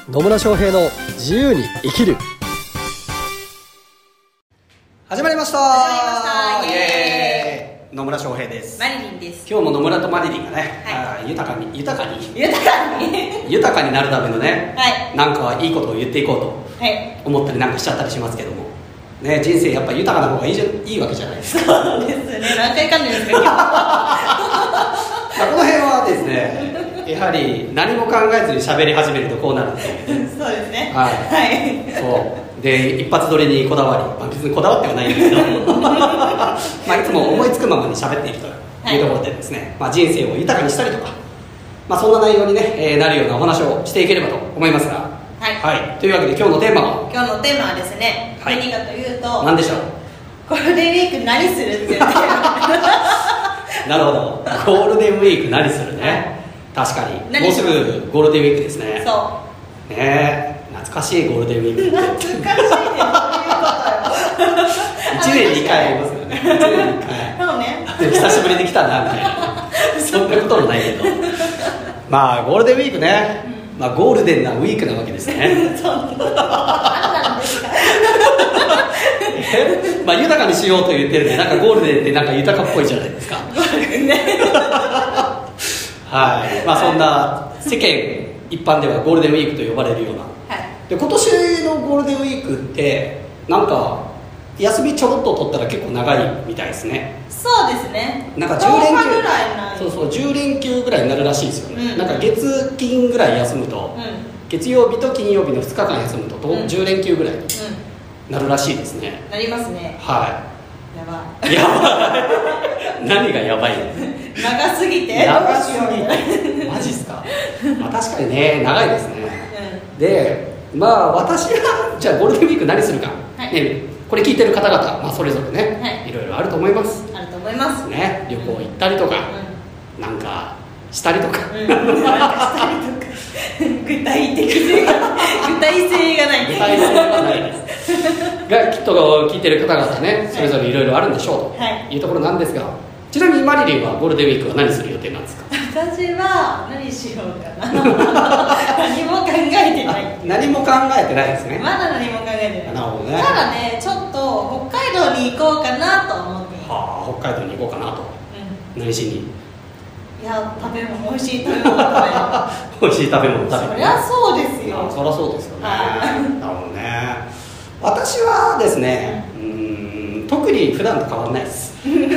野村翔平の自由に生きる。始まりましたイエーイ。野村翔平です。 マリリンです。 今日も野村とマリリンがね、 はい、 豊かに豊かになるためのね、 はい、 なんかいいことを言っていこうと思ったりなんかしちゃったりしますけども、ね、人生やっぱ豊かな方がいいわけじゃないですか。 そうですね。何回かんでるんですか今日。 この辺はですね、やはり何も考えずに喋り始めるとこうなるんですよ。 そうですね。 はい。そうで一発撮りにこだわり、別にこだわってはないんですけどいつも思いつくままに喋っているというところでですね、人生を豊かにしたりとか、そんな内容に、なるようなお話をしていければと思いますが、というわけで今日のテーマはですね、何かというと、 何でしょう。 ゴールデンウィーク何するっていうテーマなるほど。ゴールデンウィーク何するね、確かにもうすぐゴールデンウィークですね。 そうね、懐かしいゴールデンウィークって懐かしいね。どういうことよ。 1年2回ありますよね。1年2回そうね。 久しぶりに来たなみたいなそんなこともないけど、ゴールデンウィークね、ゴールデンなウィークなわけですね。 そうなんですか。 豊かにしようと言ってるんで、なんかゴールデンってなんか豊かっぽいじゃないですか。はい、そんな世間一般ではゴールデンウィークと呼ばれるような、で今年のゴールデンウィークってなんか休みちょろっと取ったら結構長いみたいですね。 そうですね。 なんか10連休ぐらいない。 そう10連休ぐらいになるらしいですよね、なんか月金ぐらい休むと、月曜日と金曜日の2日間休むと、10連休ぐらいになるらしいですね。 なりますね。 はい。 やばい。 何がやばいの。 長すぎてマジっすか。確かにね、長いですね。で私はじゃあゴールデンウィーク何するか、これ聞いてる方々、それぞれね、いろいろあると思います。 あると思いますね。旅行行ったりとか、なんかしたりとか、 具体性がない具体性がないですが、きっと聞いてる方々ね、それぞれいろいろあるんでしょうというところなんですが、ちなみにマリリンはゴールデンウィークは何する予定なんですか。 私は何しようかな。何も考えてない。 何も考えてないですね。 まだ何も考えてない。 なるほどね。 ただね、ちょっと北海道に行こうかなと思ってます。 北海道に行こうかなと、何しに。 いや、美味しい食べ物食べる。 美味しい食べ物食べる。 そりゃそうですよ。 そりゃそうですよね。なるほどね。私はですね、特に普段と変わらないです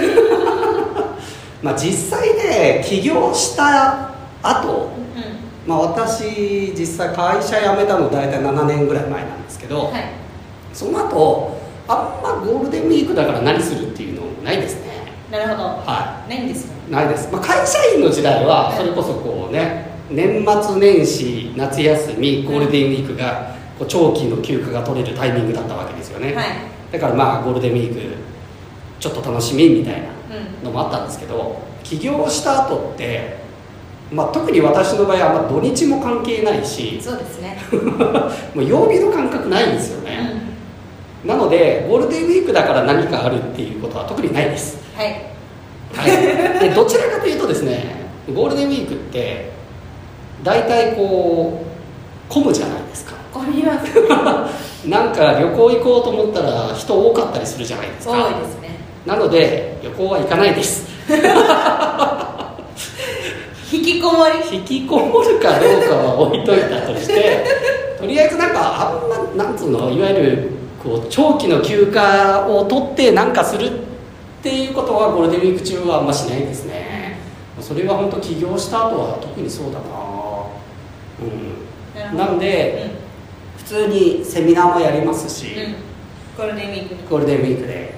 実際ね、起業した後、私実際会社辞めたの大体7年ぐらい前なんですけど、その後あんまゴールデンウィークだから何するっていうのないですね。 なるほど。ないんですよ。 ないです。会社員の時代はそれこそこうね、年末年始、夏休み、ゴールデンウィークがこう長期の休暇が取れるタイミングだったわけですよね。だからゴールデンウィークちょっと楽しみみたいなのもあったんですけど、起業した後って、特に私の場合は土日も関係ないし、 そうですねもう曜日の感覚ないんですよね、なのでゴールデンウィークだから何かあるっていうことは特にないです。でどちらかというとですね、ゴールデンウィークって大体こう混むじゃないですか。 混みますなんか旅行行こうと思ったら人多かったりするじゃないですか。 多いですね。 なので旅行は行かないです引きこもるかどうかは置いといたとしてとりあえずなんつうの、いわゆるこう長期の休暇を取ってなんかするっていうことはゴールデンウィーク中はあんましないですね。それは本当起業した後は特にそうだな。なんで、普通にセミナーもやりますし、 ゴールデンウィークで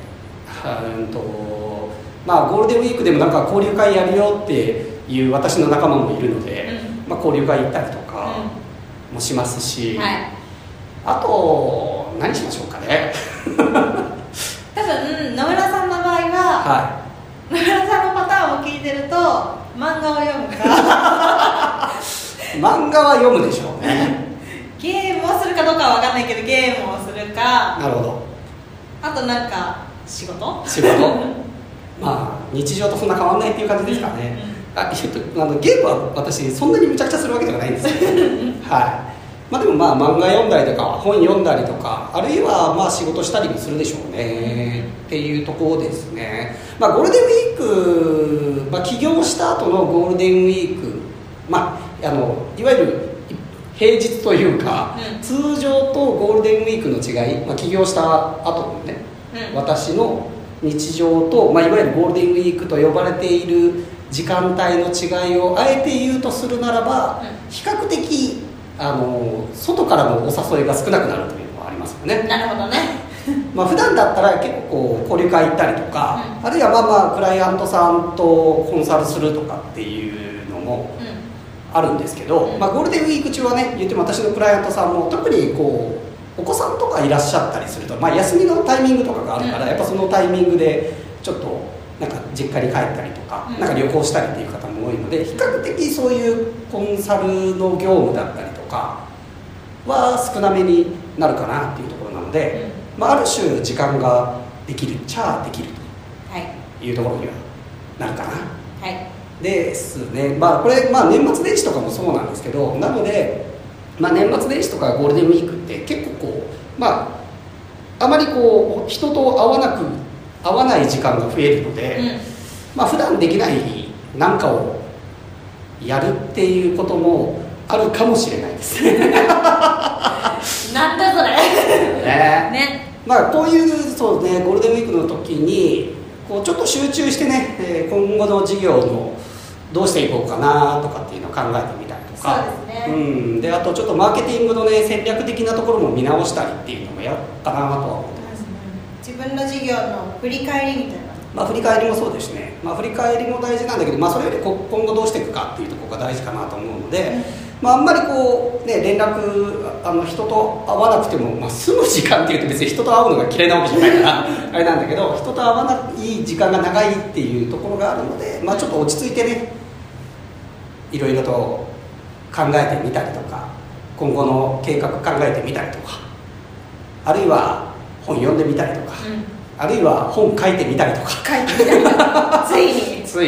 ゴールデンウィークでもなんか交流会やるよっていう私の仲間もいるので、交流会行ったりとかもしますし、あと何しましょうかね多分野村さんの場合は、野村さんのパターンを聞いてると漫画を読むか漫画は読むでしょうね。 ゲームをするかどうかは分かんないけど、ゲームをするか、 なるほど。 あとなんか仕事日常とそんな変わんないっていう感じですかね。ゲームは私そんなにむちゃくちゃするわけではないんですよはい。 まあ、でもまあ漫画読んだりとか本読んだりとか、あるいはまあ仕事したりもするでしょうね、っていうところですね。まあ、ゴールデンウィーク、まあ、起業した後のゴールデンウィーク、まあ、いわゆる平日というか、通常とゴールデンウィークの違い、まあ、起業した後のね、私の日常と、まあ、いわゆるゴールデンウィークと呼ばれている時間帯の違いをあえて言うとするならば、比較的外からのお誘いが少なくなるというのはありますよね。 なるほどね。 まあ普段だったら結構こう交流会行ったりとか、あるいはまあまあクライアントさんとコンサルするとかっていうのもあるんですけど、まあ、ゴールデンウィーク中はね、言っても私のクライアントさんも特にこうお子さんとかいらっしゃったりすると、まあ、休みのタイミングとかがあるから、やっぱそのタイミングでちょっとなんか実家に帰ったりとか、なんか旅行したりっていう方も多いので、比較的そういうコンサルの業務だったりとかは少なめになるかなっていうところなので、まあ、ある種時間ができるっちゃできるというところにはなるかな、ですね。まあこれ、まあ、年末年始とかもそうなんですけど、なので、まあ、年末年始とかゴールデンウィークって結構こう、まあ、あまりこう人と会わない時間が増えるので、まあ普段できない何かをやるっていうこともあるかもしれないですね。 なんだそれね。まあこういうそうね、ゴールデンウィークの時にこうちょっと集中してね、今後の事業のどうしていこうかなとかっていうのを考えてみたりとか、 そうですね、 であとちょっとマーケティングのね戦略的なところも見直したりっていうのもやろうかなとは思ってます。 自分の事業の振り返りみたいな、 まあ、振り返りもそうですしね、まあ、振り返りも大事なんだけど、まあ、それより今後どうしていくかっていうところが大事かなと思うので、まあ、あんまりこう、ね、連絡人と会わなくても、まあ、住む時間っていうと別に人と会うのが嫌いなわけじゃないからあれなんだけど、人と会わない時間が長いっていうところがあるので、まあ、ちょっと落ち着いてね、いろいろと考えてみたりとか、今後の計画考えてみたりとか、あるいは本読んでみたりとか、あるいは本書いてみたりとか、つい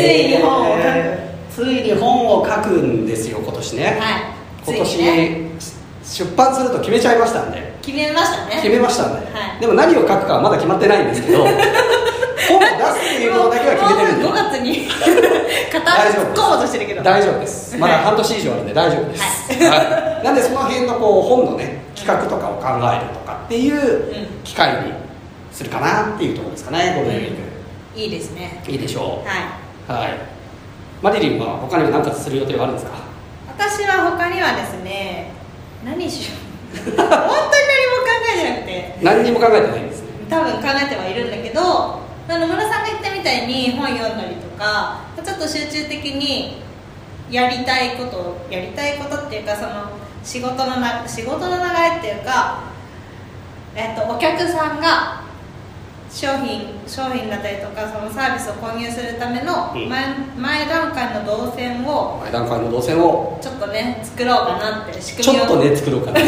に本を書くんですよ、今年ね、今年出版すると決めちゃいましたんで。 決めましたんで、 でも何を書くかはまだ決まってないんですけど本を出すっていうことだけは決めてるんで、 5月に片足突っ込もうとしてるけど大丈夫です。まだ半年以上あるんで大丈夫です、なんでその辺のこう本のね企画とかを考えるとかっていう機会にするかなっていうところですかね、ゴールデンウィーク。 いいですね。 いいでしょう。マリリンは他にも何かする予定はあるんですか？ 私は他にはですね、何しよう本当に何も考えてなくて。 何にも考えてないんですね。 多分考えてはいるんだけど、野村さんが言ったみたいに本読んだりとか、ちょっと集中的にやりたいことっていうか、その仕事の流れっていうか、お客さんが商品だったりとか、そのサービスを購入するための前段階の動線をちょっとね作ろうかなって、仕組みを作るのを考え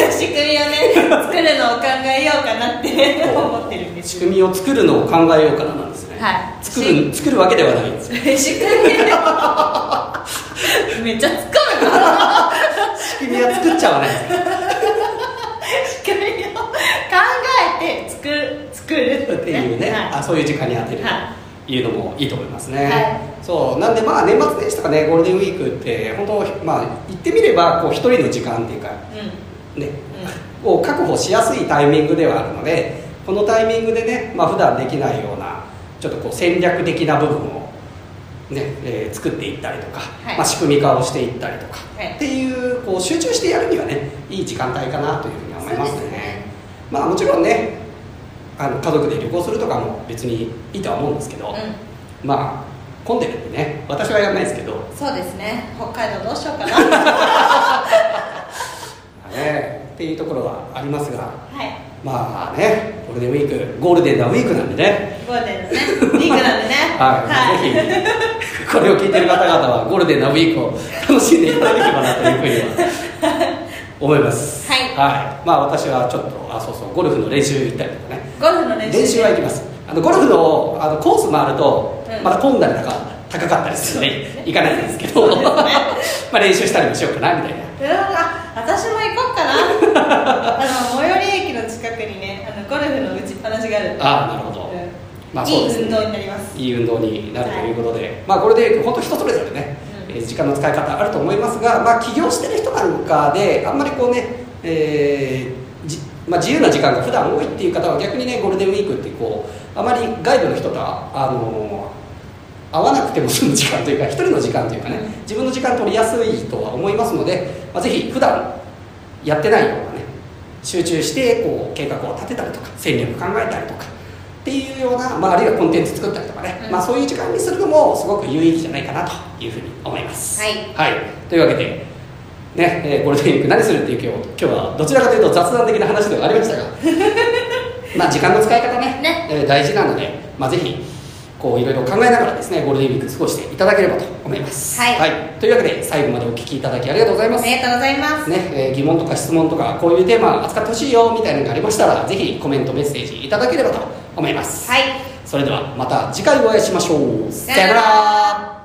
ようかなって思ってるんです。 仕組みを作るのを考えようかななんですね。作るわけではないんですよ。 仕組みめっちゃ突っ込むな。 仕組みは作っちゃわないですよ。 仕組みを考えて作るっていうね、そういう時間に当てるというのもいいと思いますね。そうなんで、まあ年末年始とかね、ゴールデンウィークって本当、まあ言ってみればこう一人の時間っていうか、を確保しやすいタイミングではあるので、このタイミングでね、まあ普段できないようなちょっとこう戦略的な部分をね、作っていったりとか、まあ、仕組み化をしていったりとか、っていうこう集中してやるにはね、いい時間帯かなというふうに思いますね。まあもちろんね、家族で旅行するとかも別にいいとは思うんですけど、まあ混んでるんでね、私はやらないですけど。 そうですね、北海道どうしようかなっていうところはありますが、まあね、ゴールデンウィーク、ゴールデンなウィークなんでね、 ゴールデンのねウィークなんでね、 ぜひこれを聞いてる方々はゴールデンなウィークを楽しんでいただければなというふうには思います。まあ私はちょっとゴルフの練習行ったりとかね、 ゴルフの練習は行きます。ゴルフのコース回るとまた混んだりとか高かったりするので行かないんですけどまあ練習したりもしようかなみたいな。 私も行こうかなね。ああ、なるほど。まあそうですね、 いい運動になります。 いい運動になるということで、まあこれで本当人それぞれね、時間の使い方あると思いますが、まあ起業してる人なんかであんまりこうね、まあ、自由な時間が普段多いっていう方は逆にね、ゴールデンウィークってこうあまり外部の人と会わなくても済む時間というか、一人の時間というかね、自分の時間取りやすいとは思いますので、まあ、ぜひ普段やってないようなね、集中してこう計画を立てたりとか戦略考えたりとかっていうような、まあ、あるいはコンテンツ作ったりとかね、まあ、そういう時間にするのもすごく有意義じゃないかなというふうに思います。はい、というわけでね、ゴールデンウィーク何するっていう今日はどちらかというと雑談的な話ではありましたがまあ時間の使い方ね、大事なので、まあ、ぜひこういろいろ考えながらですね、ゴールデンウィーク過ごしていただければと思います。はい、というわけで最後までお聞きいただきありがとうございます。 ありがとうございます。 ね、疑問とか質問とかこういうテーマ扱ってほしいよみたいなのがありましたら、ぜひコメントメッセージいただければと思います。それではまた次回お会いしましょう。さよなら。